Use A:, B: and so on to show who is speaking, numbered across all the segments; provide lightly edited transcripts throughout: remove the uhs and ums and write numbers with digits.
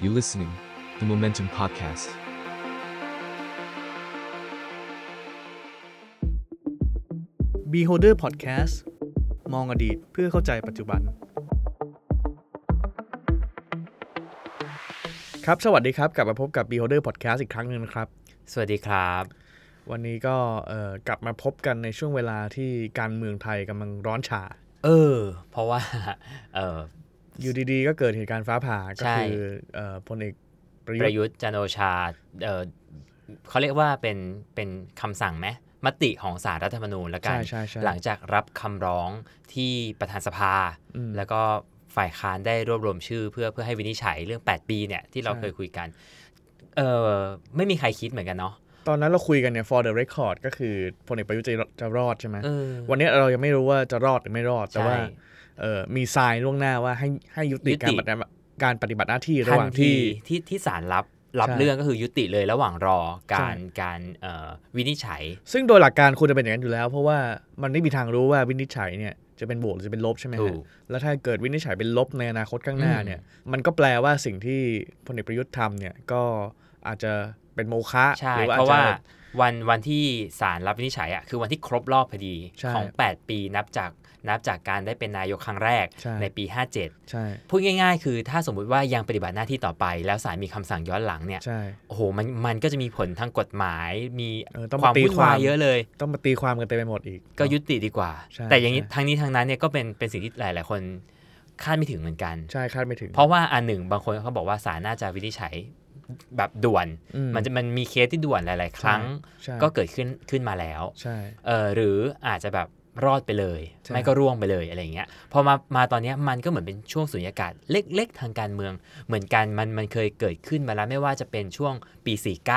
A: You're listening The Momentum Podcast
B: Beholder Podcast มองอดีตเพื่อเข้าใจปัจจุบันครับสวัสดีครับกลับมาพบกับ Beholder Podcast อีกครั้งนึงนะครับ
C: สวัสดีครับ
B: วันนี้ก็กลับมาพบกันในช่วงเวลาที่การเมืองไทยกำลังร้อนฉา
C: เพราะว่า
B: อยู่ดีๆก็เกิดเหตุการณ์ฟ้าผ่าก็คือพลเอก
C: ประยุทธ์จันทร์โอชาเขาเรียกว่าเป็นคำสั่งไหมมติของศาลรัฐธรรมนูญแล้วกันหลังจากรับคำร้องที่ประธานสภาแล้วก็ฝ่ายค้านได้รวบรวมชื่อเพื่อให้วินิจฉัยเรื่อง8ปีเนี่ยที่เราเคยคุยกันไม่มีใครคิดเหมือนกันเนาะ
B: ตอนนั้นเราคุยกันเนี่ย for the record ก็คือพลเอกประยุทธ์จะรอดใช่ไหมวันนี้เรายังไม่รู้ว่าจะรอดหรือไม่รอดแต่ว่ามีไซน์ล่วงหน้าว่าให้ยุติการปฏิบัติหน้าที่ระหว่าง
C: ที่ศาลรับเรื่องก็คือยุติเลยระหว่างรอการวินิจฉัยซึ่ง
B: โดยหลักการควรจะเป็นอย่างนั้นอยู่แล้วเพราะว่ามันไม่มีทางรู้ว่าวินิจฉัยเนี่ยจะเป็นบวกหรือจะเป็นลบใช่ไหมฮะแล้วถ้าเกิดวินิจฉัยเป็นลบในอนาคตข้างหน้าเนี่ยมันก็แปลว่าสิ่งที่พลเอกประยุทธ์ทำเนี่ยก็อาจจะเป็นโมฆะ
C: หรือว่าเพราะว่าวันที่ศาลรับวินิจฉัยอ่ะคือวันที่ครบรอบพอดีของ8ปีนับจากการได้เป็นนายกครั้งแรกในปี57พูดง่ายๆคือถ้าสมมุติว่ายังปฏิบัติหน้าที่ต่อไปแล้วศาลมีคำสั่งย้อนหลังเนี่ยโอ้โหมันก็จะมีผลทางกฎหมายมีความวุ่นวายเยอะเลย
B: ต้องมาตีความกันเต็มไปหมดอีก
C: ก็ยุติดีกว่าแต่อย่างนี้ทั้งนี้ทั้งนั้นเนี่ยก็เป็นสิ่งที่หลายๆคนคาดไม่ถึงเหมือนกัน
B: ใช่คาดไม่ถึง
C: เพราะว่าอันหนึ่งบางคนเขาบอกว่าศาลน่าจะวินิจฉัยแบบด่วนมันมีเคสที่ด่วนหลายๆครั้งก็เกิดขึ้นมาแล้วหรืออาจจะแบบรอดไปเลยไม่ก็ร่วงไปเลยอะไรอย่างเงี้ยพอมาตอนนี้มันก็เหมือนเป็นช่วงสุญญากาศเล็กๆทางการเมืองเหมือนกันมันเคยเกิดขึ้นมาแล้วไม่ว่าจะเป็นช่วงปี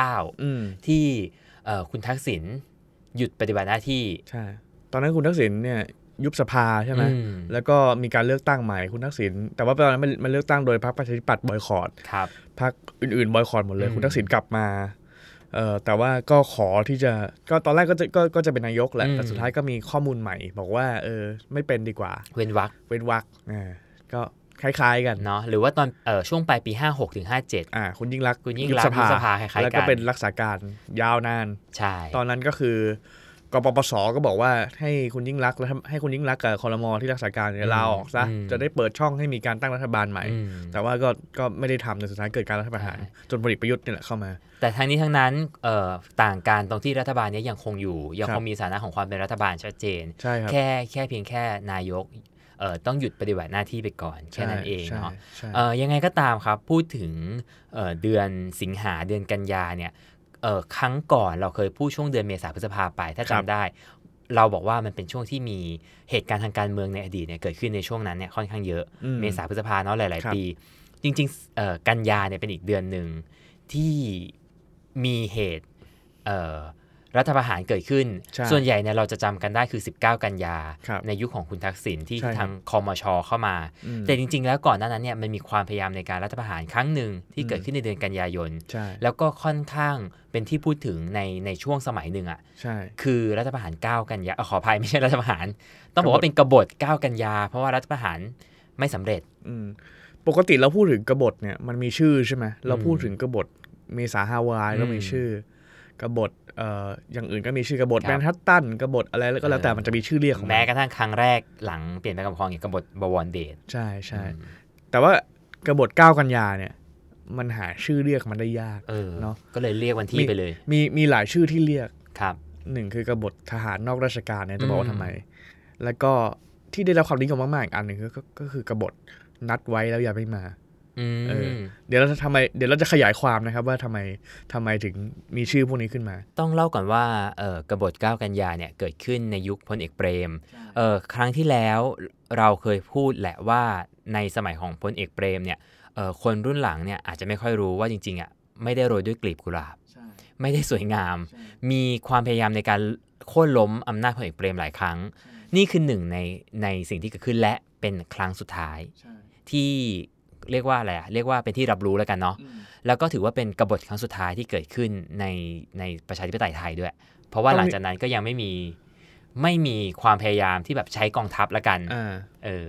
C: 49ที่คุณทักษิณหยุดปฏิบัติหน้าที่
B: ใช่ตอนนั้นคุณทักษิณเนี่ยยุบสภาใช่ไหมแล้วก็มีการเลือกตั้งใหม่คุณทักษิณแต่ว่าตอนนั้นมันเลือกตั้งโดยพรรคประชาธิปัตย์บอยคอตพรรคอื่นๆบอยคอตหมดเลยคุณทักษิณกลับมาแต่ว่าก็ขอที่จะก็ตอนแรกก็จะเป็นนายกแหละแต่สุดท้ายก็มีข้อมูลใหม่บอกว่าไม่เป็นดีกว่า
C: เว้นวร
B: รคก็คล้ายๆกัน
C: เนาะหรือว่าตอนช่วงปลายปี56ถึง57
B: คุณยิ่งรักษณ์
C: ยุบสภาคล้ายๆกัน
B: แล้วก็เป็นรักษาการยาวนาน
C: ใช่
B: ตอนนั้นก็คือกปปส.ก็บอกว่าให้คุณยิ่งรักษณ์แล้วให้คุณยิ่งรักษณ์กับครม.ที่รักษาการลาออกซะจะได้เปิดช่องให้มีการตั้งรัฐบาลใหม่แต่ว่าก็ไม่ได้ทำในสุดท้ายเกิดการรัฐประหารจนพลเอกประยุทธ์นี่แหละเข้ามา
C: แต่ทั้งนี้ทั้งนั้นต่างกันตรงที่รัฐบาลนี้ยังคงอยู่ยังคงมีสถานะของความเป็นรัฐบาลชัดเจนแค่เพียงแค่นายกต้องหยุดปฏิบัติหน้าที่ไปก่อนแค่นั้นเองเนาะยังไงก็ตามครับพูดถึงเดือนสิงหาเดือนกันยาเนี่ยครั้งก่อนเราเคยพูดช่วงเดือนเมษาพฤษภาไปถ้าจำได้เราบอกว่ามันเป็นช่วงที่มีเหตุการณ์ทางการเมืองในอดีตเนี่ยเกิดขึ้นในช่วงนั้นเนี่ยค่อนข้างเยอะเมษาพฤษภาเนาะหลายๆปีจริงๆกันยาเนี่ยเป็นอีกเดือนหนึ่งที่มีเหตุรัฐประหารเกิดขึ้นส่วนใหญ่เนี่ยเราจะจำกันได้คือ19กันยาในยุคของคุณทักษิณที่ทางคมช.เข้ามาแต่จริงๆแล้วก่อนหน้านั้นเนี่ยมันมีความพยายามในการรัฐประหารครั้งหนึ่งที่เกิดขึ้นในเดือนกันยายนแล้วก็ค่อนข้างเป็นที่พูดถึงในช่วงสมัยหนึ่งอ่ะคือรัฐประหาร9กันยาขออภัยไม่ใช่รัฐประหารต้องบอกว่าเป็นกบฏ9กันยาเพราะว่ารัฐประหารไม่สำเร็จ
B: ปกติเราพูดถึงกบฏเนี่ยมันมีชื่อใช่ไหมเราพูดถึงกบฏเมษาฮาวายก็มีชื่อกบฏอย่างอื่นก็มีชื่อกบฏแมนฮัตตันกบฏอะไรแล้วก็แล้วแต่มันจะมีชื่อเรียกของ
C: แม้กระทั่งครั้งแรกหลังเปลี่ยนแปลงการปกครองอย่างกบฏบวรเดช
B: ใช่แต่ว่ากบฏ9กันยาเนี่ยมันหาชื่อเรียกมันได้ยากเนาะ
C: ก็เลยเรียกวันที่ไปเลย
B: มีหลายชื่อที่เรียก
C: ครับ
B: หนึ่งคือกบฏทหารนอกราชการเนี่ยจะบอกว่าทำไมแล้วก็ที่ได้รับความนิยมมากๆอีกอันหนึ่งก็คือกบฏนัดไว้แล้วอย่าไม่มาเดี๋ยวเราจะขยายความนะครับว่าทำไมถึงมีชื่อพวกนี้ขึ้นมา
C: ต้องเล่าก่อนว่ากบฏ9กันยาเนี่ยเกิดขึ้นในยุคพลเอกเปรมครั้งที่แล้วเราเคยพูดแหละว่าในสมัยของพลเอกเปรมเนี่ยคนรุ่นหลังเนี่ยอาจจะไม่ค่อยรู้ว่าจริงๆอ่ะไม่ได้โรยด้วยกลีบกุหลาบไม่ได้สวยงามมีความพยายามในการโค่นล้มอำนาจพลเอกเปรมหลายครั้งนี่คือหนึ่งในสิ่งที่เกิดขึ้นและเป็นครั้งสุดท้ายที่เรียกว่าอะไรเรียกว่าเป็นที่รับรู้แล้วกันเนาะแล้วก็ถือว่าเป็นกบฏครั้งสุดท้ายที่เกิดขึ้นในประชาธิปไตยไทยด้วยเพราะว่าหลังจากนั้นก็ยังไม่มีความพยายามที่แบบใช้กองทัพละกัน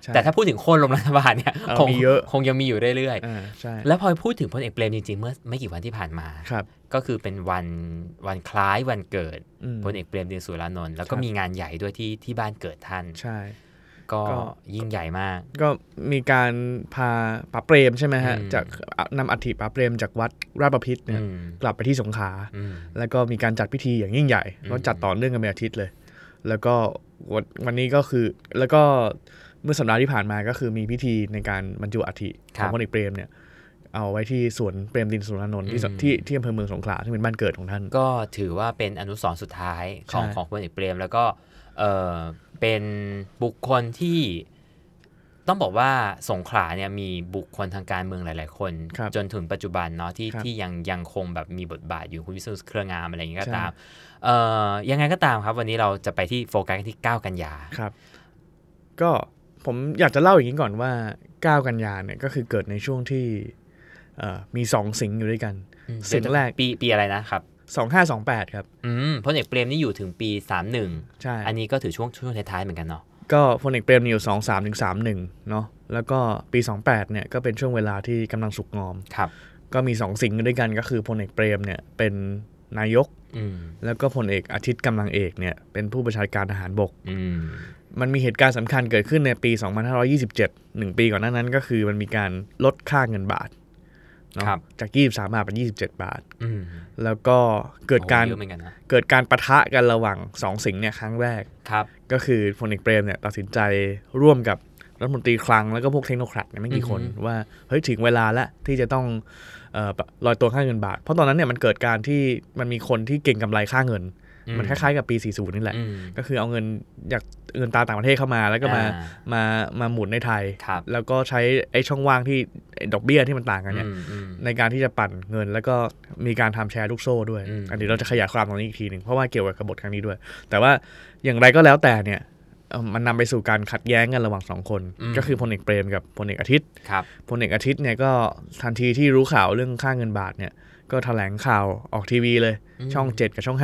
C: แต่ถ้าพูดถึงโค่นล้มรัฐบาลเนี่ยคงยังมีอยู่เรื่อย
B: ๆ
C: แล้วพอพูดถึงพลเอกเปรมจริงๆเมื่อไม่กี่วันที่ผ่านมาก็คือเป็นวันคล้ายวันเกิดพลเอกเปรมตินสุรานนท์แล้วก็มีงานใหญ่ด้วยที่บ้านเกิดท่าน
B: ใช่
C: ก็ยิ่งใหญ่มาก
B: ก็มีการพาป๋าเปรมใช่ไหมฮะจากนำอัฐิป๋าเปรมจากวัดราชบพิตรเนี่ยกลับไปที่สงขลาแล้วก็มีการจัดพิธีอย่างยิ่งใหญ่ก็จัดต่อเนื่องกันเป็นอาทิตย์เลยแล้วก็วันนี้ก็คือแล้วก็เมื่อสัปดาห์ที่ผ่านมาก็คือมีพิธีในการบรรจุอัฐิของพลเอกเปรมเนี่ยเอาไว้ที่สวนเปรมตินสุรานนท์ที่อำเภอเมืองสงขลาที่เป็นบ้านเกิดของท่าน
C: ก็ถือว่าเป็นอนุสรณ์สุดท้ายของพลเอกเปรมแล้วก็เป็นบุคคลที่ต้องบอกว่าสงขลาเนี่ยมีบุคคลทางการเมืองหลายๆคนจนถึงปัจจุบันเนาะที่ยังคงแบบมีบทบาทอยู่คุณวิษณุเครืองามอะไรอย่างนี้ก็ตามยังไงก็ตามครับวันนี้เราจะไปที่โฟกัสที่9กันยา
B: ครับก็ผมอยากจะเล่าอย่างนี้ก่อนว่า9กันยาเนี่ยก็คือเกิดในช่วงที่มี2สิงห์อยู่ด้วยกันสิงห์แรก
C: ปีอะไรนะครับ
B: 2528ครับ
C: พลเอกเปรมนี่อยู่ถึงปี31
B: ใช่
C: อันนี้ก็ถือช่วงท้ายๆเหมือนกันเนาะ
B: ก็พลเอกเปรมอยู่23ถึง31เนาะแล้วก็ปี28เนี่ยก็เป็นช่วงเวลาที่กำลังสุกงอม
C: ครับ
B: ก็มี2สิงห์ด้วยกันก็คือพลเอกเปรมเนี่ยเป็นนายกแล้วก็พลเอกอาทิตย์กำลังเอกเนี่ยเป็นผู้บัญชาการทหารบกมันมีเหตุการณ์สำคัญเกิดขึ้นในปี2527 1ปีก่อนหน้านั้นก็คือมันมีการลดค่าเงินบาทจาก23 บาทเป็น27 บาทแล้วก็เกิดการปะทะกันระหว่าง2สิงห์เนี่ยครั้งแรกก็คือพลเอกเปรมเนี่ยตัดสินใจร่วมกับรัฐมนตรีคลังแล้วก็พวกเทคโนแครตเนี่ยไม่กี่คนว่าเฮ้ยถึงเวลาแล้วที่จะต้องลอยตัวค่าเงินบาทเพราะตอนนั้นเนี่ยมันเกิดการที่มันมีคนที่เก่งกำไรค่าเงินมันคล้ายๆกับปี40นี่แหละก็คือเอาเงินจากเงินตราต่างประเทศเข้ามาแล้วก็มาหมุนในไทยแล้วก็ใช้ไอ้ช่องว่างที่ดอกเบี้ยที่มันต่างกันเนี่ยในการที่จะปั่นเงินแล้วก็มีการทำแชร์ลูกโซ่ด้วยอันนี้เราจะขยายความตรงนี้อีกทีนึงเพราะว่าเกี่ยวกับกบฏครั้งนี้ด้วยแต่ว่าอย่างไรก็แล้วแต่เนี่ยมันนำไปสู่การขัดแย้งกันระหว่าง2คนก็คือพลเอกเปรมกับพลเอกอาทิตย์พลเอกอาทิตย์เนี่ยก็ทันทีที่รู้ข่าวเรื่องค่าเงินบาทเนี่ยก็แถลงข่าวออกทีวีเลยช่อง7กับช่อง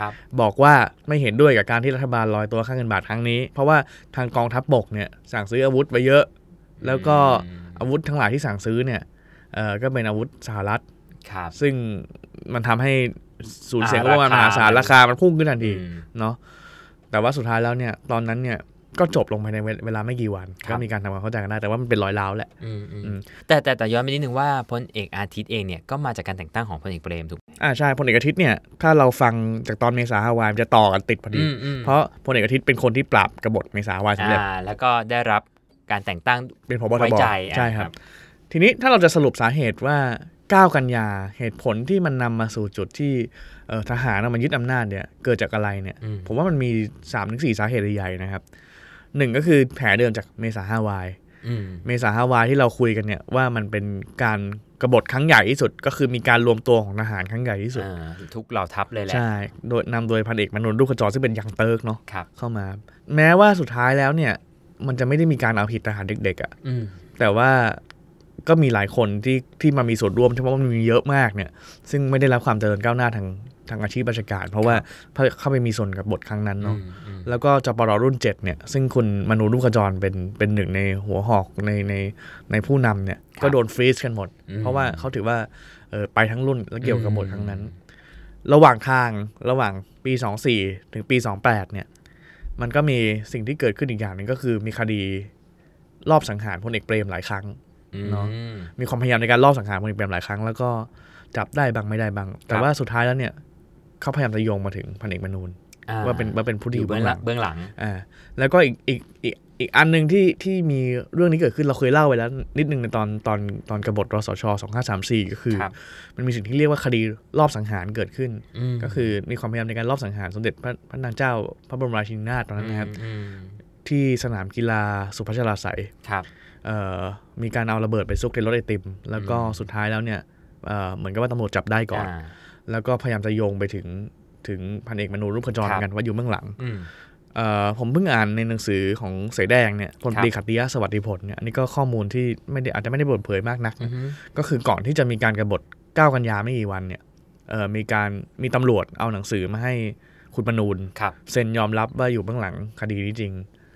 B: 5บอกว่าไม่เห็นด้วยกับการที่รัฐบาลลอยตัวค่าเงินบาทครั้งนี้เพราะว่าทางกองทัพบกเนี่ยสั่งซื้ออาวุธไว้เยอะแล้วก็อาวุธทั้งหลายที่สั่งซื้อเนี่ยก็เป็นอาวุธสหรัฐซึ่งมันทำให้สูญเสียงงบประมาณมหาศาลราคามันพุ่งขึ้นทันทีเนาะแต่ว่าสุดท้ายแล้วเนี่ยตอนนั้นเนี่ยก็จบลงภายในเวลาไม่กี่วันก็มีการทำความเข้าใจกันได้แต่ว่ามันเป็นรอยร้าวแหละ
C: แต่ย้อนไปนิดนึงว่าพลเอกอาทิตย์เองเนี่ยก็มาจากการแต่งตั้งของพลเอกเปรมถูก
B: ใช่พลเอกอาทิตย์เนี่ยถ้าเราฟังจากตอนเมษาฮาวายจะต่อกันติดพอดีเพราะพลเอกอาทิตย์เป็นคนที่ปราบกบฏเมษาฮาวายสำเร็จ
C: แล้วก็ได้รับการแต่งตั้ง
B: เป็นผบ.ทบ.ใช่ครับทีนี้ถ้าเราจะสรุปสาเหตุว่า9กันยาเหตุผลที่มันนำมาสู่จุดที่ทหารมันยึดอำนาจเนี่ยเกิดจากอะไรเนี่ยผมว่ามันมี 3-4 สาเหตุใหญ่ๆนะครับ1ก็คือแผลเดิมจากเมษาฮาวายเมษาฮาวายที่เราคุยกันเนี่ยว่ามันเป็นการกบฏครั้งใหญ่ที่สุดก็คือมีการรวมตัวของทหารครั้งใหญ่ที่สุด
C: ทุกเหล่าทัพเลยแหละ
B: ใช่โดยพันเอกมนูนรุ่งขจรซึ่งเป็นยังเติร์กเนาะเข้ามาแม้ว่าสุดท้ายแล้วเนี่ยมันจะไม่ได้มีการเอาผิดทหารเด็กๆอ่ะแต่ว่าก็มีหลายคนที่มามีส่วนร่วมเฉพาะมันมีเยอะมากเนี่ยซึ่งไม่ได้รับความเจริญก้าวหน้าทางอาชีพราชการเพราะว่าเข้าไปมีส่วนกับบทครั้งนั้นเนาะแล้วก็จปรรุ่น7เนี่ยซึ่งคุณมนูรุ่งขจรเป็นหนึ่งในหัวหอกในผู้นำเนี่ยก็โดนฟรีซกันหมดเพราะว่าเขาถือว่าไปทั้งรุ่นแล้วเกี่ยวกับบทครั้งนั้นระหว่างปี24ถึงปี28เนี่ยมันก็มีสิ่งที่เกิดขึ้นอีกอย่างนึงก็คือมีคดีรอบสังหารพลเอกเปรมหลายครั้งเนาะมีความพยายามในการลอบสังหารพลเอกเปรมหลายครั้งแล้วก็จับได้บ้างไม่ได้บ้างแต่ว่าสุดท้ายแล้วเนี่ยเขาพยายามจะโยงมาถึงพันเอกมนูนว่าเป็นผู้ที่อยู่เบื้
C: องหลัง
B: แล้วก็อีกอันนึงที่มีเรื่องนี้เกิดขึ้นเราเคยเล่าไปแล้วนิดนึงในตอนกบฏรสช2534ก็คือมันมีสิ่งที่เรียกว่าคดีรอบสังหารเกิดขึ้นก็คือมีความพยายามในการรอบสังหารสมเด็จพระนางเจ้าพระบรมราชินีนาถตอนนั้นนะครับที่สนามกีฬาสุพัชราไสยมีการเอาระเบิดไปซุกในรถไอติมแล้วก็สุดท้ายแล้วเนี่ยเหมือนกับว่าตำรวจจับได้ก่อนแล้วก็พยายามจะโยงไปถึงพันเอกมนูรุ่งขจรกันว่าอยู่เบื้องหลังผมเพิ่งอ่านในหนังสือของเสแดงเนี่ยพลตรีขัตติยะสวัสดิผลเนี่ยอันนี้ก็ข้อมูลที่อาจจะไม่ได้เปิดเผยมากนักก็คือก่อนที่จะมีการกบฏ9กันยาไม่กี่วันเนี่ยมีตำรวจเอาหนังสือมาให้คุณมนูนเซ็นยอมรับว่าอยู่เบื้องหลังคดีนี้จริง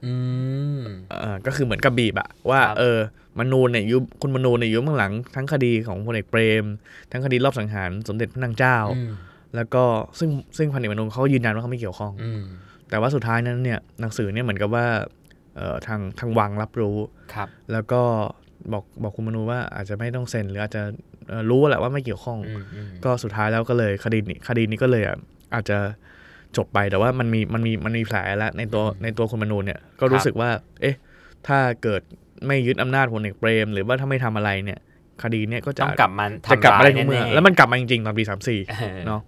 B: ก็คือเหมือนกับบีบอะว่ามนูนเนี่ยยุบคุณมนูนเนี่ยยุบเบื้องหลังทั้งคดีของพลเอกเปรมทั้งคดีรอบสังหารสมเด็จพระนางเจ้าแล้วก็ซึ่งพันเอกมนูนเขายืนยันว่าเขาไม่เกี่ยวข้องแต่ว่าสุดท้ายนั้นเนี่ยหนังสือเนี่ยเหมือนกับว่าทางวังรับรู้แล้วก็บอกคุณมนูว่าอาจจะไม่ต้องเซ็นหรืออาจจะรู้แหละว่าไม่เกี่ยวข้องก็สุดท้ายแล้วก็เลยคดีนี้ก็เลยอาจจะจบไปแต่ว่ามันมีแผลแล้วในตัวคุณมนูเนี่ยก็รู้สึกว่าถ้าเกิดไม่ยึดอำนาจพลเอกเปรมหรือว่าถ้าไม่ทำอะไรเนี่ยคดีเนี่ยก็จะ
C: กลับมา
B: ได้ทุกเมื่อแล้วมันกลับมาจริงๆตอนปี34เนาะ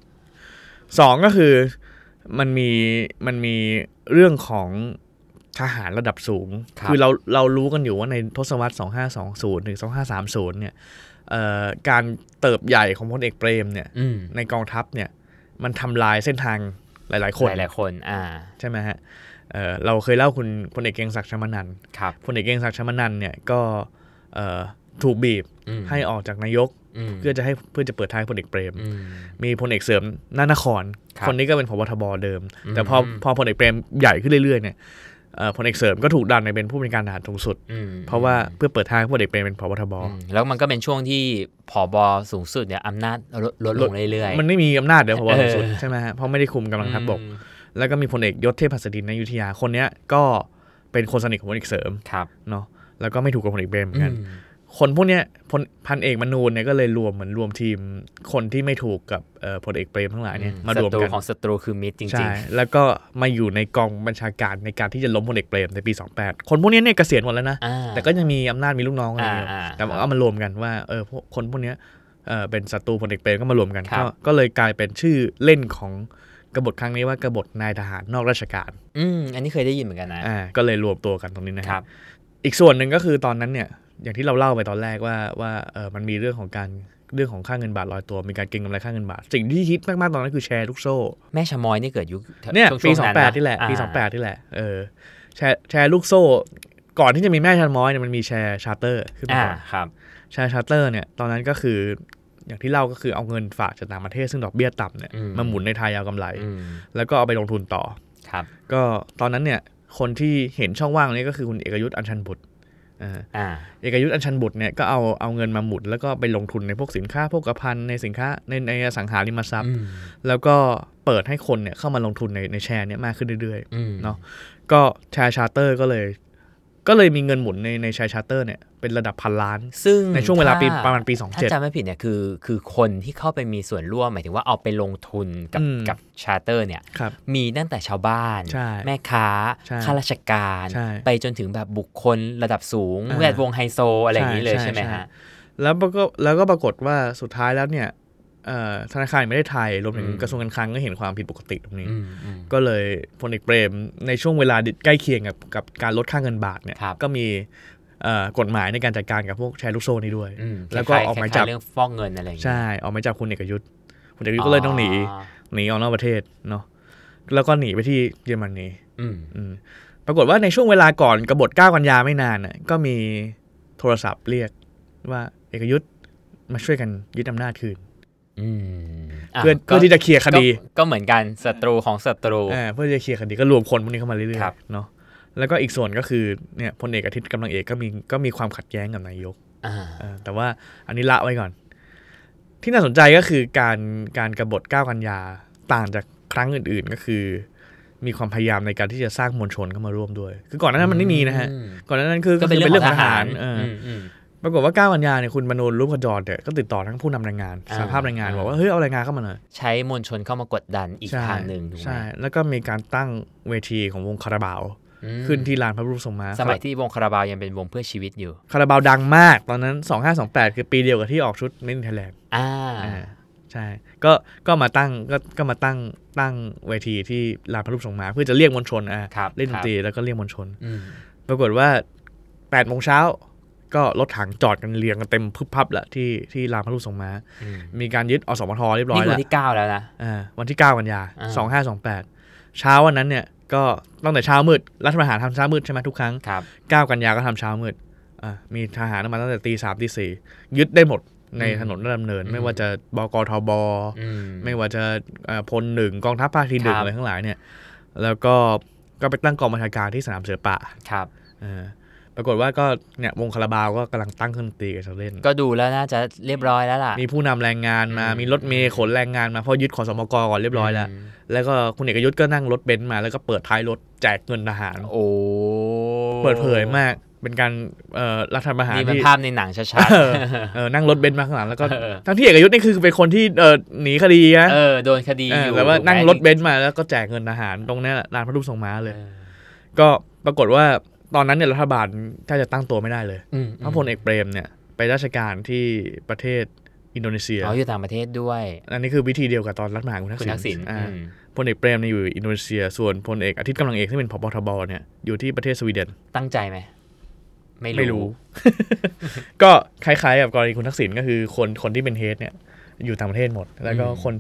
B: 2ก็คือมันมีเรื่องของทหารระดับสูงคือเรารู้กันอยู่ว่าในทศวรรษ2520ถึง2530เนี่ยการเติบใหญ่ของพลเอกเปรมเนี่ยในกองทัพเนี่ยมันทำลายเส้นทางหลายๆคนใช่ไหมฮะเราเคยเล่าคุณพลเอกเกรียงศักดิ์ ชมานันท์พลเอกเกรียงศักดิ์ ชมานันท์เนี่ยก็ถูกบีบให้ออกจากนายกเพื่อจะเปิดท้ายพลเอกเปรมมีพลเอกเสริมนานครคนนี้ก็เป็นผบ.ทบ.เดิมแต่พอพลเอกเปรมใหญ่ขึ้นเรื่อยๆเนี่ยพลเอกเสริมก็ถูกดันไปเป็นผู้บัญชาการทหารสูงสุดเพราะว่าเพื่อเปิดทางให้พลเอกเปรมเป็นผบ.ทบ.
C: แล้วมันก็เป็นช่วงที่ผบ.สูงสุดเนี่ยอำนาจลดลงเรื่อย
B: ๆมันไม่มีอำนาจเดี๋ยวผบ.สูงสุดใช่ไหมฮะเพราะไม่ได้คุมกำลังทัพบกแล้วก็มีพลเอกยศเทพหัสดินในอยุธยาคนนี้ก็เป็นคนสนิทของพลเอกเสริมเนาะแล้วก็ไม่ถูกกับพลเอกเปรมเหมือนกันคนพวกนี้พันเอกมนูนเนี่ยก็เลยรวมทีมคนที่ไม่ถูกกับพลเอกเปรมทั้งหลายเนี่ยมารวมกัน
C: ของศัตรูคือมิตรจริงๆใช่
B: แล้วก็มาอยู่ในกองบัญชาการในการที่จะล้มพลเอกเปรมในปี28คนพวกนี้เนี่ยเกษียณหมดแล้วนะแต่ก็ยังมีอำนาจมีลูกน้องอะไรอยู่แต่เอามารวมกันว่าคนพวกนี้เป็นศัตรูพลเอกเปรมก็มารวมกันก็เลยกลายเป็นชื่อเล่นของกบฏครั้งนี้ว่ากบฏนายทหารนอกราชการ
C: อันนี้เคยได้ยินเหมือนกันนะ
B: ก็เลยรวมตัวกันตรงนี้นะครับอีกส่วนหนึ่งก็คือตอนนั้นเนี่ยอย่างที่เราเล่าไปตอนแรกว่ามันมีเรื่องของค่าเงินบาทลอยตัวมีการเก็งกำไรค่าเงินบาทสิ่งที่ฮิตมากๆตอนนั้นคือแชร์ลูกโซ่
C: แม่ชะมอยนี่เกิดยุค
B: เนี่ยปี28นี่แหละปี28นี่แหละแชร์ลูกโซ่ก่อนที่จะมีแม่ชะมอยเนี่ยมันมีแชร์ชาร์เตอร์ขึ้นมาก่อนแชร์ชาร์เตอร์เนี่ยตอนนั้นก็คืออย่างที่เล่าก็คือเอาเงินฝากจากต่างประเทศซึ่งดอกเบี้ยต่ำเนี่ยมาหมุนในไทยเอากำไรแล้วก็เอาไปลงทุนต่อก็ตอนนั้นเนี่ยคนที่เห็นช่องว่างนี้ก็คือคุณเอกยุทธ อัญชันบุตรเอกยุทธ อัญชันบุตรเนี่ยก็เอาเงินมาหมุนแล้วก็ไปลงทุนในพวกสินค้าโภคภัณฑ์ในสินค้าในอสังหาริมทรัพย์แล้วก็เปิดให้คนเนี่ยเข้ามาลงทุนในแชร์เนี่ยมากขึ้นเรื่อยๆเนาะก็แชร์ชาร์เตอร์ก็เลยมีเงินหมุนในแชร์ชาร์เตอร์เนี่ยเป็นระดับพันล้าน
C: ซึ่ง
B: ในช่วงเวลาประมาณปี27
C: ถ้าจำไม่ผิดเนี่ยคือคนที่เข้าไปมีส่วนร่วมหมายถึงว่าเอาไปลงทุนกับชาร์เตอร์เนี่ยมีตั้งแต่ชาวบ้านแม่ค้าข้าราชการไปจนถึงแบบบุคคลระดับสูงแวดวงไฮโซอะไรอย่างนี้เลยใช่ไหมฮะ
B: แล้วก็ปรากฏว่าสุดท้ายแล้วเนี่ยธนาคารแห่งประเทศไทยรวมถึงกระทรวงการคลังก็เห็นความผิดปกติตรงนี้ก็เลยพลเอกเปรมในช่วงเวลาใกล้เคียงกับการลดค่าเงินบาทเนี่ยก็มีกฎหมายในการจัดการกับพวกแชร์ลูกโซ่นี้ด้วยแล้วก็ออกหมายจับ
C: เรื่องฟอกเงินอะไรอย่างเงี้ย
B: ใช่ออกหมายจับคุณเอกยุทธก็เลยต้องหนีออกนอกประเทศเนาะแล้วก็หนีไปที่เยอรมนีปรากฏว่าในช่วงเวลาก่อนกบฏ9 กันยาไม่นานก็มีโทรศัพท์เรียกว่าเอกยุทธมาช่วยกันยึดอำนาจคืนเพื่อที่จะเคลียร์คดี
C: ก็เหมือนกันศัตรูของศัตรู
B: เพื่อจะเคลียร์คดีก็รวมคนพวกนี้เข้ามาเรื่อยๆเนาะแล้วก็อีกส่วนก็คือเนี่ยพลเอกอาทิตย์กำลังเอกก็มีความขัดแย้งกับนายกแต่ว่าอันนี้ละไว้ก่อนที่น่าสนใจก็คือการกบฏ9 กันยาต่างจากครั้งอื่นๆก็คือมีความพยายามในการที่จะสร้างมวลชนเข้ามาร่วมด้วยคือก่อนหน้านั้นมันไม่มีนะฮะก่อนหน้านั้นคือเป็นเรื่องทหารปรากฏว่า9 กันยาเนี่ยคุณมนูน รูปขจรเนี่ยก็ติดต่อทั้งผู้นำแรงงานสหภาพแรงงานบอกว่าเฮ้ยเอาแรงงานเข้ามาหน่อย
C: ใช้มวลชนเข้ามากดดันอีกทางนึงถูกมั้ย
B: ใช่แล้วก็มีการตั้งเวทีของวงคาราบาวขึ้นที่ลานพระบรมทรงม้า
C: สมัยที่วงคาราบาวยังเป็นวงเพื่อชีวิตอยู่
B: คาราบาวดังมากตอนนั้น2528คือปีเดียวกับที่ออกชุด Made in Thailand ใช่ก็มาตั้งเวทีที่ลานพระบรมทรงม้าเพื่อจะเรียกมวลชนเล่นดนตรีแล้วก็เรียกมวลชนปรากฏว่า 8 โมงเช้าก็รถถังจอดกันเรียงกันเต็มพึบพับแหละที่ลานพระบรมทรงม้ามีการยึดอสมทเรียบร้อยแล้ว
C: นี่วันที่9แล้วนะ
B: วันที่9 กันยา2528เช้าวันนั้นเนี่ยก็ตั้งแต่เช้ามืดรัฐประหารทำเช้ามืดใช่ไหมทุกครั้ง9 กันยาก็ทำเช้ามืดมีทหารมาตั้งแต่ตี 3 ตี 4ยึดได้หมดในถนนราชดำเนินไม่ว่าจะบกทบไม่ว่าจะพล 1กองทัพภาคที่ 1อะไรทั้งหลายเนี่ยแล้วก็ก็ไปตั้งกองบัญชาการที่สนามเสือป่า
C: ครับ
B: ปรากฏว่าก็เนี่ยวงคาราบาวก็กำลังตั้งเครื่องดนตรีกันเล่น
C: ก็ดูแล้วน่าจะเรียบร้อยแล้วล่ะ
B: มีผู้นำแรงงานมามีรถเมล์ขนแรงงานมาเพราะยึดขสมกก่อนเรียบร้อยแล้วก็คุณเอกยุทธก็นั่งรถเบนซ์มาแล้วก็เปิดท้ายรถแจกเงินทหาร
C: โอ้
B: เปิดเผยมากเป็นการรัฐประหาร
C: นี่มันภาพในหนังชัด
B: ๆนั่งรถเบนซ์มาข้างหลังแล้วก็ทั้งที่เอกยุทธนี่คือเป็นคนที่หนีคดีนะ
C: โดนคดีอยู่
B: แต่ว่านั่งรถเบนซ์มาแล้วก็แจกเงินทหารตรงนี้ลานพระรูปทรงม้าเลยก็ปรากฏว่าตอนนั้นเนี่ยรัฐบาลแทบจะตั้งตัวไม่ได้เลยเพราะพลเอกเปรมเนี่ยไปราชการที่ประเทศอินโดนีเซีย
C: อยู่ต่างประเทศด้วย
B: อันนี้คือวิธีเดียวกับตอนรัฐประหารคุณทักษิณพลเอกเปรมเนี่ยอยู่อินโดนีเซียส่วนพลเอกอาทิตย์กำลังเอกที่เป็นผบ.ทบ.เนี่ยอยู่ที่ประเทศสวีเดน
C: ตั้งใจไหม
B: ไม่รู้ ก็คล้ายๆกับกรณีคุณทักษิณก็คือคนที่เป็นเฮดเนี่ยอยู่ต่างประเทศหมดแล้วก็คน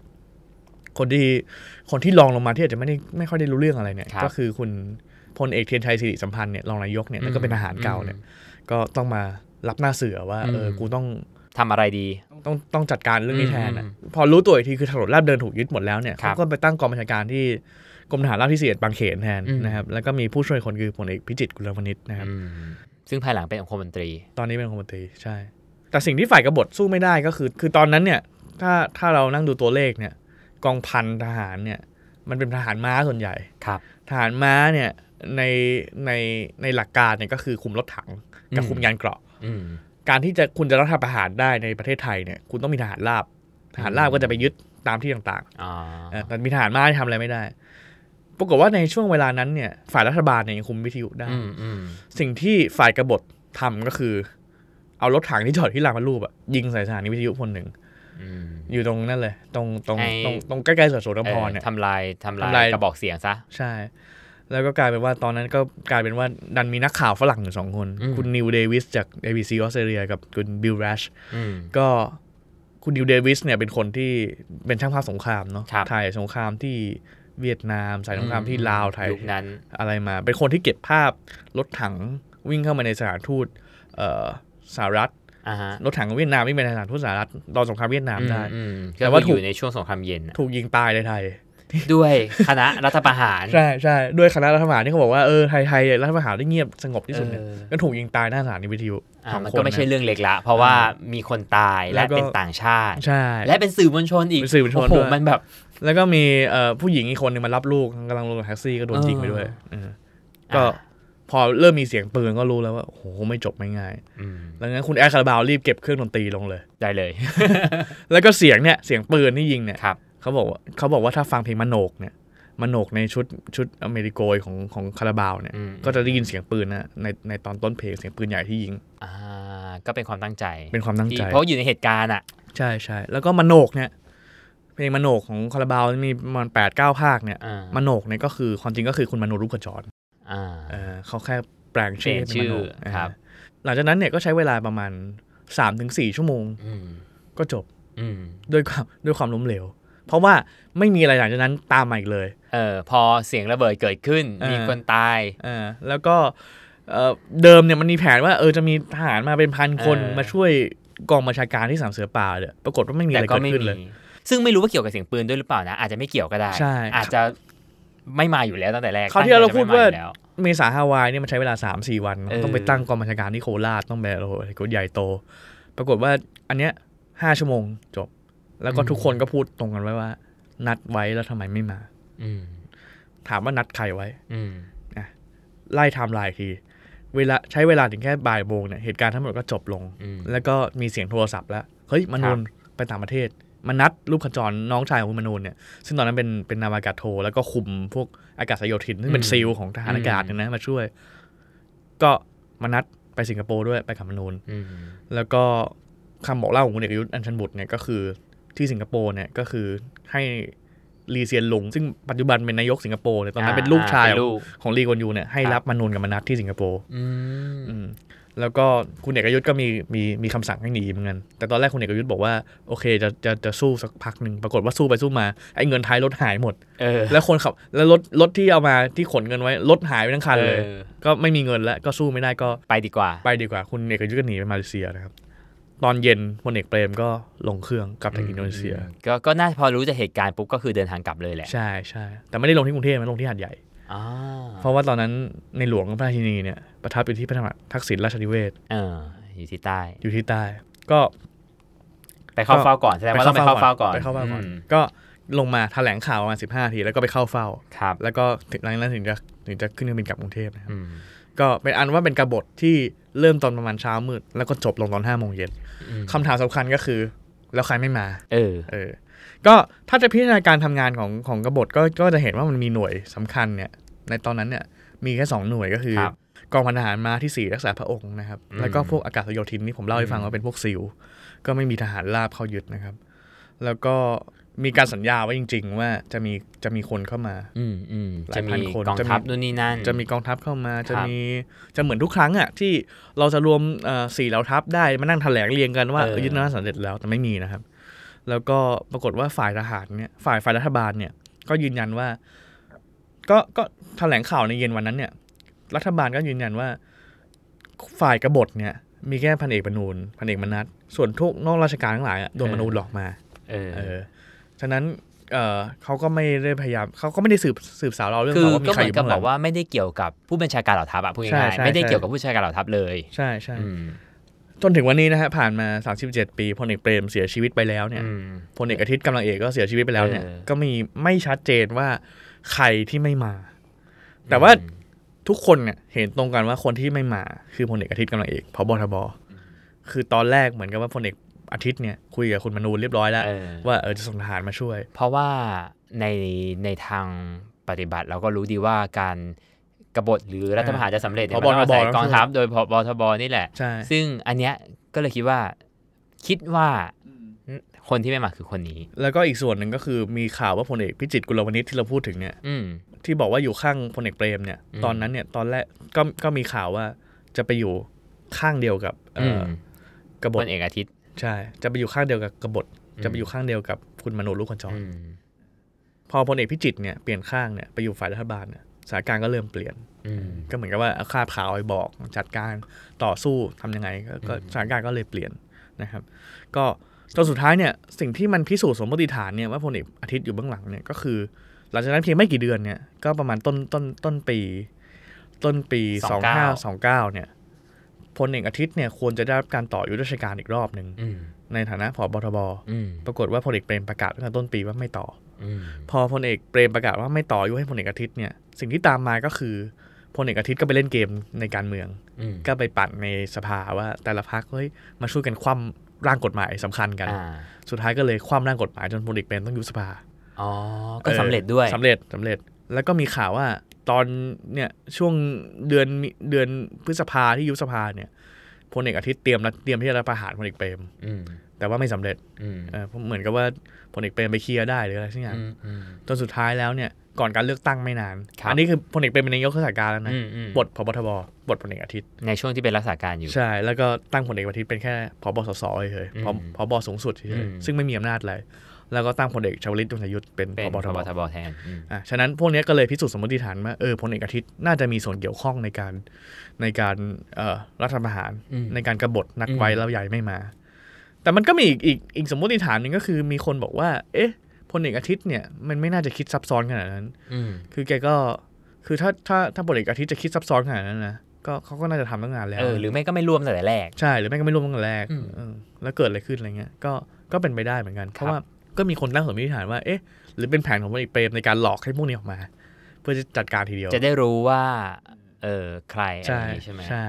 B: ที่รองลงมาที่อาจจะไม่ค่อยได้รู้เรื่องอะไรเนี่ยก็คือคุณพลเอกเทียนชัยสิริสัมพันธ์เนี่ยรองนายกเนี่ยแล้วก็เป็นทหารเก่าเนี่ยก็ต้องมารับหน้าเสือว่ากูต้อง
C: ทำอะไรดี
B: ต้องจัดการเรื่องนี้แทนพอรู้ตัวอีกทีคือถนนลาดเดินถูกยึดหมดแล้วเนี่ยเขาก็ไปตั้งกองบัญชาการที่กรมทหารราบที่41บางเขนแทนนะครับแล้วก็มีผู้ช่วยคนคือพลเอกพิจิตรกุลวณิชนะครับ
C: ซึ่งภายหลังเป็นองคมนตรี
B: ตอนนี้เป็นองคมนตรีใช่แต่สิ่งที่ฝ่ายกบฏสู้ไม่ได้ก็คือตอนนั้นเนี่ยถ้าเรานั่งดูตัวเลขเนี่ยกองพันทหารเนี่ยมันเป็นทหารม้าส่วนใหญ่ทหารม้าเนี่ยในหลักการเนี่ยก็คือคุมรถถังกับคุมยานเกราะการที่คุณจะรัฐประหารได้ในประเทศไทยเนี่ยคุณต้องมีทหารราบก็จะไปยึดตามที่ต่างๆแต่มีทหารม้าที่ทำอะไรไม่ได้ปรากฏว่าในช่วงเวลานั้นเนี่ยฝ่ายรัฐบาลเนี่ยยังคุมวิทยุได้สิ่งที่ฝ่ายกบฏทำก็คือเอารถถังที่จอดที่ลานพระรูปยิงใส่สถานีวิทยุคนหนึ่งอยู่ตรงนั่นเลยตรงใกล้ๆสวนโสธรเนี่ย
C: ทำลายกระบอกเสียงซะ
B: ใช่แล้วก็กลายเป็นว่าตอนนั้นก็กลายเป็นว่าดันมีนักข่าวฝรั่งอยู่2คนคุณนิวเดวิสจาก ABC ออสเตรเลียกับคุณบิลแรชก็คุณนิวเดวิสเนี่ยเป็นคนที่เป็นช่างภาพสงครามเนาะถ่ายสงครามที่เวียดนามสายสงครามที่ลาวไทยอะไรมาเป็นคนที่เก็บภาพรถถังวิ่งเข้ามาในสถานทูตสหรัฐรถถังเวียดนามวิ่งไปในสถานทูตสหรัฐตอนสงครามเวียดนามได้
C: แต่ว่าถูกในช่วงสงครามเย็น
B: ถูกยิงตายในไทย
C: ด้วยคณะรัฐประหาร
B: ใช่ด้วยคณะรัฐประหารที่เขาบอกว่าไทยรัฐประหารได้เงียบสงบที่สุดเนี่ยก็ถูกยิงตายหน้าสถานีวิทยุ
C: มันก็ไม่ใช่เรื่องเล็กละเพราะว่ามีคนตายและเป็นต่างชาติและเป็นสื่อมวลชนอีก
B: โอ้โหมันแบบแล้วก็มีผู้หญิงอีกคนนึงมารับลูกกำลังลงแท็กซี่ก็โดนยิงไปด้วยก็พอเริ่มมีเสียงปืนก็รู้แล้วว่าโอ้โหไม่จบไม่ง่ายดังนั้นคุณแอร์คาราบาวรีบเก็บเครื่องดนตรีลงเลย
C: ได้เลย
B: แล้วก็เสียงปืนที่ยิงเนี่ยเขาบอกว่าถ้าฟังเพลงมโนกในชุดอเมริโกยของคาราบาวเนี่ยก็จะได้ยินเสียงปืนนะในตอนต้นเพลงเสียงปืนใหญ่ที่ยิง
C: ก็เป็นความตั้งใจ
B: เพ
C: ราะอยู่ในเหตุการณ์
B: ใช่แล้วก็มโนกเนี่ยเพลงมโนกของคาราบาวมีประมาณ 8-9 ภาคเนี่ยมโนกเนี่ยก็คือความจริงก็คือคุณมโนรูปขจรเขาแค่แปลงชื่อเป็นมโนกหลังจากนั้นเนี่ยก็ใช้เวลาประมาณ 3-4 ชั่วโมงก็จบด้วยความล้มเหลวเพราะว่าไม่มีอะไรหลังจากนั้นตามมาอีกเลย
C: พอเสียงระเบิดเกิดขึ้นมีคนตาย
B: แล้วก็เดิมเนี่ยมันมีแผนว่าจะมีทหารมาเป็นพันคนมาช่วยกองบัญชาการที่สามเสือป่าเนี่ยปรากฏว่าไม่มีอะไรเกิดขึ้นเลย
C: ซึ่งไม่รู้ว่าเกี่ยวกับเสียงปืนด้วยหรือเปล่านะอาจจะไม่เกี่ยวก็ได้อาจจะไม่มาอยู่แล้วตั้งแต่แรก
B: คราวที่เราพูดว่าเมษาฮาวายเนี่ยมันใช้เวลา 3-4 วันต้องไปตั้งกองบัญชาการที่โคราชต้องแบบโอ้โหใหญ่โตปรากฏว่าอันเนี้ย5 ชั่วโมงจบแล้วก็ทุกคนก็พูดตรงกันไว้ว่านัดไว้แล้วทำไมไม่มาถามว่านัดใครไว้ไล่ไทม์ไลน์ทีใช้เวลาถึงแค่บ่ายโมงเนี่ยเหตุการณ์ทั้งหมดก็จบลงแล้วก็มีเสียงโทรศัพท์แล้วเฮ้ยมนูนไปต่างประเทศมานัดรูปขจรน้องชายของคุณมนูนเนี่ยซึ่งตอนนั้นเป็นนาวากาศโทแล้วก็คุมพวกอากาศโยธินซึ่งเป็นซีลของทหารอากาศนะมาช่วยก็มานัดไปสิงคโปร์ด้วยไปกับมนูนแล้วก็คำบอกเล่าของคุณเอกยุทธอัญชันบุตรเนี่ยก็คือที่สิงคโปร์เนี่ยก็คือให้ลีเซียนลุงซึ่งปัจจุบันเป็นนายกสิงคโปร์เนี่ยตอนนั้นเป็นลูกชายของลีกวนยูเนี่ยให้รับมนูนกับมนัสที่สิงคโปร์แล้วก็คุณเอกยุทธก็มีคำสั่งให้หนีเหมือนกันแต่ตอนแรกคุณเอกยุทธบอกว่าโอเคจะสู้สักพักนึงปรากฏว่าสู้ไปสู้มาไอ้เงินท้ายรถหายหมดแล้วคนขับแล้วรถที่เอามาที่ขนเงินไว้รถหายไปทั้งคันเลยก็ไม่มีเงินแล้วก็สู้ไม่ได้ก็
C: ไปดีกว่า
B: คุณเอกยุทธก็หนีไปมาเลเซียนะครับตอนเย็นพลเอกเปรมก็ลงเครื่องกลับจากอินโดนีเซีย
C: ก็น่าพอรู้จากเหตุการณ์ปุ๊บก็คือเดินทางกลับเลยแหละ
B: ใช่แต่ไม่ได้ลงที่กรุงเทพมันลงที่หาดใหญ่เพราะว่าตอนนั้นในหลวงพระราชินีเนี่ยประทับอยู่ที่พระที่นั่งทักษิณราชนิเวศ
C: อยู่ที่ใต้
B: ก็
C: ไปเข้าเฝ้าก่อนแสดงว่าต้องไปเข้าเฝ้าก่อน
B: ก็ลงมาแถลงข่าวประมาณ15 นาทีแล้วก็ไปเข้าเฝ้าแล้วก็หลังจากนั้นถึงจะขึ้นเครื่องบินกลับกรุงเทพนะครับก็เป็นอันว่าเป็นกบฏที่เริ่มตอนประมาณเช้ามืดแล้วก็จบลงตอน5 โมงเย็นคำถามสำคัญก็คือแล้วใครไม่มาก็ถ้าจะพิจารณาการทำงานของกบฏก็จะเห็นว่ามันมีหน่วยสำคัญเนี่ยในตอนนั้นเนี่ยมีแค่2 หน่วยก็คือกองพันทหารม้าที่4รักษาพระองค์นะครับแล้วก็พวกอากาศโยธินที่ผมเล่าให้ฟังว่าเป็นพวกซิลก็ไม่มีทหารราบเข้ายึดนะครับแล้วก็มีการสัญญาไว้จริงๆว่าจะมีคนเข้ามา
C: หลายพันคนกองทัพนู่นนี่นั่น
B: จะมีกองทัพเข้ามาจะเหมือนทุกครั้งอ่ะที่เราจะรวม4 เหล่าทัพได้มานั่งแถลงเรียงกันว่ายึดอำนาจสำเร็จแล้วแต่ไม่มีนะครับแล้วก็ปรากฏว่าฝ่ายทหารเนี่ยฝ่ายรัฐบาลเนี่ยก็ยืนยันว่าก็แถลงข่าวในเย็นวันนั้นเนี่ยรัฐบาลก็ยืนยันว่าฝ่ายกบฏเนี่ยมีแค่พันเอกมนัสส่วนทุกนอกราชการทั้งหลายโดนมนูหลอกมาฉะนั้นเขาก็ไม่ได้พยายามเขาก็ไม่ได้สืบสาวเราเรื่องว่ามีใครอยู่บ้าง
C: บอกว่าไม่ได้เกี่ยวกับผู้บัญชาการเหล่าทัพพูดง่ายๆไม่ได้เกี่ยวกับผู้บัญชาการเหล่าทัพเลย
B: ใช่จนถึงวันนี้นะฮะผ่านมา37 ปีพลเอกเปรมเสียชีวิตไปแล้วเนี่ยพลเอกอาทิตย์กำลังเอกก็เสียชีวิตไปแล้วเนี่ยก็มีไม่ชัดเจนว่าใครที่ไม่มาแต่ว่าทุกคนเนี่ยเห็นตรงกันว่าคนที่ไม่มาคือพลเอกอาทิตย์กำลังเอกผบ.ทบ.คือตอนแรกเหมือนกับว่าพลเอกอาทิตย์เนี่ยคุยกับคุณมนูนเรียบร้อยแล้วว่าจะส่งทหารมาช่วย
C: เพราะว่าในทางปฏิบัติเราก็รู้ดีว่าการกบฏหรือรัฐประหารจะสำเร็จเนี่ยมันต้องอาศัยกองทัพโดยผบ.ทบ.นี่แหละซึ่งอันเนี้ยก็เลยคิดว่าคนที่ไม่มาคือคนนี้
B: แล้วก็อีกส่วนหนึ่งก็คือมีข่าวว่าพลเอกพิจิตรกุลวณิชที่เราพูดถึงเนี่ยที่บอกว่าอยู่ข้างพลเอกเปรมเนี่ยตอนนั้นเนี่ยตอนแรกก็มีข่าวว่าจะไปอยู่ข้างเดียวกับกบฏ
C: พลเอกอาทิตย์
B: ใช่จะไปอยู่ข้างเดียวกับกบฏจะไปอยู่ข้างเดียวกับคุณมนูลูกขจรพอพลเอกพิจิตรเนี่ยเปลี่ยนข้างเนี่ยไปอยู่ฝ่ายรัฐบาลเนี่ยสถานการณ์ก็เริ่มเปลี่ยนก็เหมือนกับว่าคาบข่าวไปบอกจัดการต่อสู้ทำยังไงก็สถานการณ์ก็เลยเปลี่ยนนะครับก็จนสุดท้ายเนี่ยสิ่งที่มันพิสูจน์สมมติฐานเนี่ยว่าพลเอกอาทิตย์อยู่เบื้องหลังเนี่ยก็คือหลังจากนั้นเพียงไม่กี่เดือนเนี่ยก็ประมาณต้นปี2529เนี่ยพลเอกอาทิตย์เนี่ยควรจะได้รับการต่ออายุราชการอีกรอบนึงในฐานะผบ.ทบ.ปรากฏว่าพลเอกเปรมประกาศตั้งแต่ต้นปีว่าไม่ต่อพอพลเอกเปรมประกาศว่าไม่ต่ออายุให้พลเอกอาทิตย์เนี่ยสิ่งที่ตามมาก็คือพลเอกอาทิตย์ก็ไปเล่นเกมในการเมืองก็ไปปั่นในสภาว่าแต่ละพรรคมาช่วยกันคว่ำร่างกฎหมายสำคัญกันสุดท้ายก็เลยคว่ำร่างกฎหมายจนพลเอกเปรมต้องยุบสภา
C: ก็สำเร็จด้วย
B: สำเร็จแล้วก็มีข่าวว่าตอนเนี่ยช่วงเดือนพฤษภาที่ยุบสภาเนี่ยพลเอกอาทิตย์เตรียมที่จะประหารพลเอกเปรมแต่ว่าไม่สำเร็จเหมือนกับว่าพลเอกเปรมไปเคลียร์ได้หรืออะไรสักอย่างจนสุดท้ายแล้วเนี่ยก่อนการเลือกตั้งไม่นานอันนี้คือพลเอกเปรมเป็นนายกรัฐการแล้วนะบทผบ.ทบ.บทพลเอกอาทิตย์
C: ในช่วงที่เป็นรักษาการอยู่
B: ใช่แล้วก็ตั้งพลเอกอาทิตย์เป็นแค่ผบ.สส.เฉยๆผบ.สูงสุดเฉยๆซึ่งไม่มีอำนาจอะไรแล้วก็ตั้งพลเอกชวลิต วงศ์ยุทธเป็นผบ.ทบ.
C: แทน
B: ฉะนั้นพวกนี้ก็เลยพิสูจน์สมมติฐานว่าพลเอกอาทิตย์น่าจะมีส่วนเกี่ยวข้องในการรัฐประหารในการกบฏนัดไว้แล้วใหญ่ไม่มาแต่มันก็มีอีกสมมติฐานนึงก็คือมีคนบอกว่าพลเอกอาทิตย์เนี่ยมันไม่น่าจะคิดซับซ้อนขนาดนั้นคือแกก็คือถ้าพลเอกอาทิตย์จะคิดซับซ้อนขนาดนั้นนะก็เขาก็น่าจะทำตั้งนานแล้ว
C: หรือไม่ก็ไม่ร่วมตั้งแต่แรก
B: ใช่หรือไม่ก็ไม่ร่วมตั้งแต่แรกแล้วเกิดอะไรขึ้นอะไรเงี้ยก็เป็นไปได้เหมือนกันเพราะว่าก็มีคนตั้งสมมติฐานว่าหรือเป็นแผนของพลเอกเปรมในการหลอกให้พวกนี้ออกมาเพื่อจะจัดการทีเดียว
C: จะได้รู้ว่าใครอะไรใช่ไหม
B: ใช่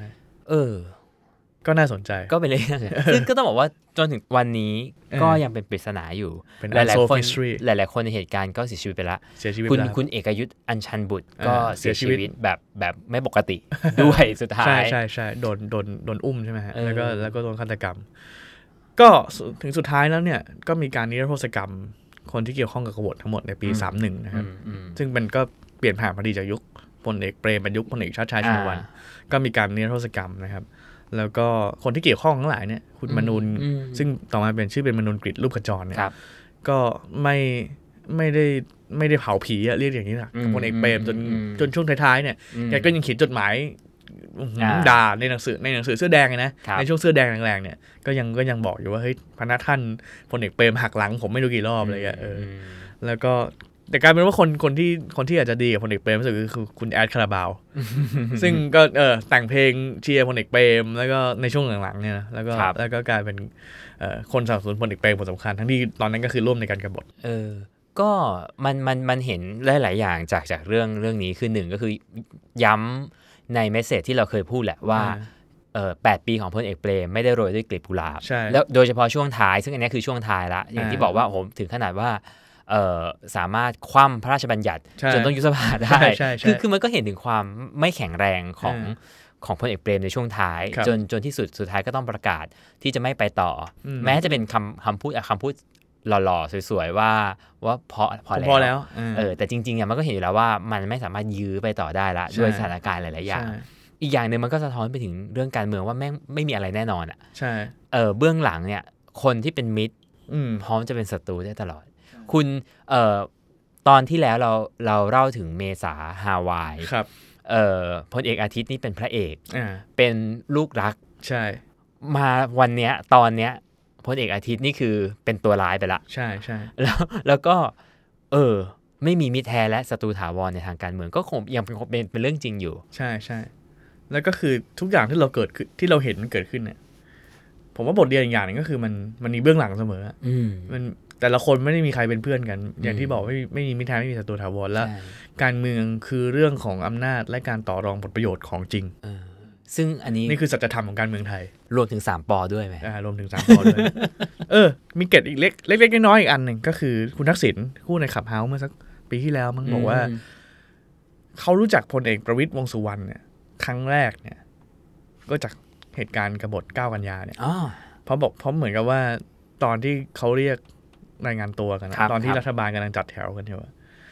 B: ก็น่าสนใจ
C: ก็เป็นเรื่องซึ่งก็ต้องบอกว่าจนถึงวันนี้ก็ยังเป็นปริศนาอยู่หลายคนในเหตุการณ์ก็เสียชีวิตไปแล้วคุณเอกยุทธอัญชันบุตรก็เสียชีวิตแบบไม่ปกติด้วยสุดท้าย
B: ใช่โดนอุ้มใช่ไหมฮะแล้วก็โดนฆาตกรรมก็ถึงสุดท้ายแล้วเนี่ยก็มีการนิรโทษกรรมคนที่เกี่ยวข้องกับกบฏทั้งหมดในปี31นะครับซึ่งมันก็เปลี่ยนผ่านพอดีจากยุคพลเอกเปรมเป็นยุคพลเอกชาติชายชุนวันก็มีการนิรโทษกรรมนะครับแล้วก็คนที่เกี่ยวข้องทั้งหลายเนี่ยคุณมนูนซึ่งต่อมาเป็นชื่อเป็นมนูนกฤษรูปขจรเนี่ยก็ไม่ได้เผาผีเรียกอย่างนี้นะพลเอกเปรมจนช่วงท้ายๆเนี่ยแกก็ยังเขียนจดหมายด่าในหนังสือเสื้อแดงนะในช่วงเสื้อแดงแรงๆเนี่ยก็ยังบอกอยู่ว่าเฮ้ยพนักท่านพลเอกเปรมหักหลังผมไม่รู้กี่รอบเลยแล้วก็แต่กลายเป็นว่าคนที่อาจจะดีกับพลเอกเปรมรู้สึกคือคุณแอดคาราบาว ซึ่งก็แต่งเพลงเชียร์พลเอกเปรมแล้วก็ในช่วงหลังๆเนี่ยนะแล้วก็กลายเป็นคนสนับสนุนพลเอกเปรมคนสำคัญทั้งที่ตอนนั้นก็คือร่วมในการกบฏ
C: ก็มันเห็นหลายๆอย่างจากเรื่องนี้คือหนึ่งก็คือย้ำในเมสเสจที่เราเคยพูดแหละว่า8 ปีของพลเอกเปรมไม่ได้โรยด้วยกลีบกุหลาบแล้วโดยเฉพาะช่วงท้ายซึ่งอันนี้คือช่วงท้ายละอย่างที่บอกว่าผมถึงขนาดว่าสามารถคว่ำพระราชบัญญัติจนต้องยุบสภาได้คือมันก็เห็นถึงความไม่แข็งแรงของพลเอกเปรมในช่วงท้ายจนที่สุดท้ายก็ต้องประกาศที่จะไม่ไปต่อแม้จะเป็นคำพูดหล่อๆสวยๆว่าพอแล้วแต่จริงๆมันก็เห็นอยู่แล้วว่ามันไม่สามารถยื้อไปต่อได้ละด้วยสถานการณ์หลายๆอย่างอีกอย่างนึงมันก็สะท้อนไปถึงเรื่องการเมืองว่าแม่งไม่มีอะไรแน่นอนอ่ะใช่เบื้องหลังเนี่ยคนที่เป็นมิตรพร้อมจะเป็นศัตรูได้ตลอดคุณตอนที่แล้วเราเล่าถึงเมษาฮาวายครับพลเอกอาทิตย์นี่เป็นพระเอกเป็นลูกรักใช่มาวันเนี้ยตอนเนี้ยพลเอกอาทิตย์นี่คือเป็นตัวร้ายไปละใช่ใช่แล้วก็ไม่มีมิตรแท้และศัตรูถาวรในทางการเมืองก็คงยังเป็นเรื่องจริงอยู่ใช่ใช่แล้วก็คือทุกอย่างที่เราเห็นมันเกิดขึ้นเนี่ยผมว่าบทเรียนอย่างนึงก็คือมันมีเบื้องหลังเสมอมันแต่ละคนไม่ได้มีใครเป็นเพื่อนกันอย่างที่บอกไม่มีมิตรแท้ไม่มีศัตรูถาวรแล้วการเมืองคือเรื่องของอำนาจและการต่อรองผลประโยชน์ของจริงซึ่งอันนี้
B: นี่คือสัจธรรมของการเมืองไทย
C: รวมถึง3 ป.ด้วยไหม
B: รวมถึง3 ป.ด้วยมีเกร็ดอีกเล็กๆน้อยๆอีกอันหนึ่งก็คือคุณทักษิณพูดในขับเฮ้าส์เมื่อสักปีที่แล้วมั้งบอกว่าเขารู้จักพลเอกประวิตรวงษ์สุวรรณเนี่ยครั้งแรกเนี่ยก็จากเหตุการณ์กบฏ9 กันยาเนี่ยเพราะเหมือนกับว่าตอนที่เขาเรียกรายงานตัวกันตอนที่รัฐบาลกำลังจัดแถวกันใช่ไหม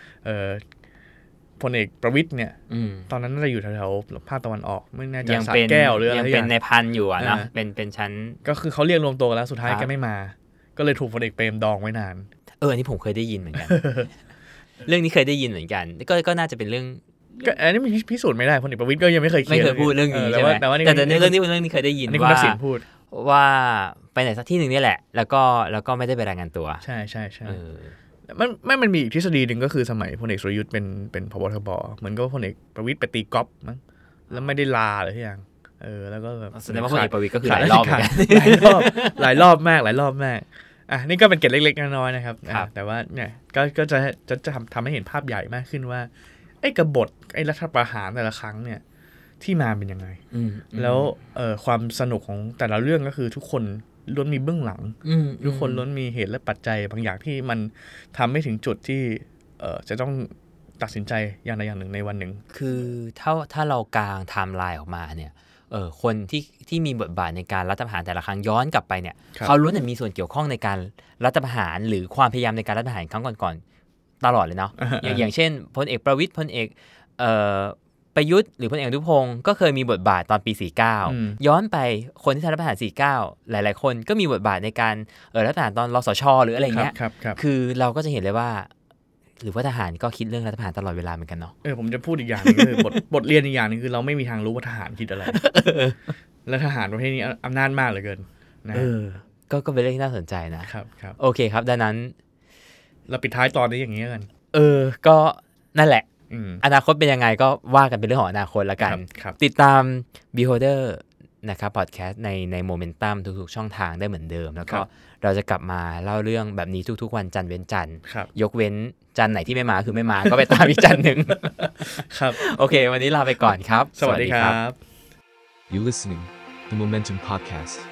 B: พลเอกประวิตรเนี่ยตอนนั้นน่าจะอยู่แถวๆภาคตะวันออกไม่แน่ใจสระแก้วหรืออะไร
C: ยังเป็นในพันอยู่อ่ะนะเป็นชั้น
B: ก็คือเขาเรียกรวมตัวแล้วสุดท้ายแกไม่มาก็เลยถูกพลเอกเปรมดองไว้นาน
C: อันนี้ผมเคยได้ยินเหมือนกัน เรื่องนี้เคยได้ยินเหมือนกันก็น่าจะเป็นเรื่อง
B: ก็อันนี้มันพิสูจน์ไม่ได้พลเอกประวิตรก็ยังไม่เคย
C: พูดเรื่องนี้ใช่ไหมแต่ในเรื่องนี้เคยได้ยินว่าไปไหนสักที่หนึ่งนี่แหละแล้วก็ไม่ได้ไปรายงานตัว
B: ใช่ใช่ใช่มันมีอีกทฤษฎีหนึ่งก็คือสมัยพลเอกสุรยุทธ์เป็นผบ.ทบ.เหมือนก็พลเอกประวิตรไปตีกอล์ฟมั้งแล้วไม่ได้ลาเลยที่อย่างแล้วก็แบบ
C: แสดงว่าพลเอกประวิตรก็คือหลายรอบ
B: หลายรอบมากนี่ก็เป็นเกร็ดเล็กๆน้อยๆนะครับแต่ว่าเนี่ยก็จะทำให้เห็นภาพใหญ่มากขึ้นว่าไอ้กบฏไอ้รัฐประหารแต่ละครั้งเนี่ยที่มาเป็นยังไงแล้วความสนุกของแต่ละเรื่องก็คือทุกคนล้วนมีเบื้องหลังทุกคนล้วนมีเหตุและปัจจัยบางอย่างที่มันทำให้ถึงจุดที่จะต้องตัดสินใจอย่างใดอย่างหนึ่งในวันหนึ่ง
C: คือถ้าเรากางไทม์ไลน์ออกมาเนี่ยคนที่มีบทบาทในการรัฐประหารแต่ละครั้งย้อนกลับไปเนี่ยเขาล้วนแต่มีส่วนเกี่ยวข้องในการรัฐประหารหรือความพยายามในการรัฐประหารครั้งก่อนๆตลอดเลยเนาะอย่างเช่นพลเอกประวิตรพลเอกประยุทธ์หรือพลเอกอนุพงศ์ก็เคยมีบทบาทตอนปี49ย้อนไปคนที่ทำรัฐประหาร49หลายๆคนก็มีบทบาทในการรัฐประหารตอนรสช.หรืออะไรเงี้ยคือเราก็จะเห็นเลยว่าหรือว่าทหารก็คิดเรื่องรัฐประหารตลอดเวลาเหมือนกันเนาะ
B: ผมจะพูดอีกอย่างนึงคือบทเรียนอีกอย่างนึงคือเราไม่มีทางรู้ว่าทหารคิดอะไรและทหารประเทศนี้อำนาจมากเหลือเกินนะ
C: ก็เป็นเรื่องที่น่าสนใจนะครับโอเคครับดังนั้น
B: เราปิดท้ายตอนนี้อย่างนี้กัน
C: ก็นั่นแหละอนาคตเป็นยังไงก็ว่ากันเป็นเรื่องของอนาคตละกันติดตาม Beholder นะครับพอดแคสต์ในโมเมนตัมทุกๆช่องทางได้เหมือนเดิมแล้วก็เราจะกลับมาเล่าเรื่องแบบนี้ทุกๆวันจันทร์เว้นจันทร์ยกเว้นจันทร์ไหนที่ไม่มาคือไม่มาก็ไปตามอีกจันทร์นึงครับโอเควันนี้ลาไปก่อนครับ
B: สวัสดีครับ
A: You listening the Momentum Podcast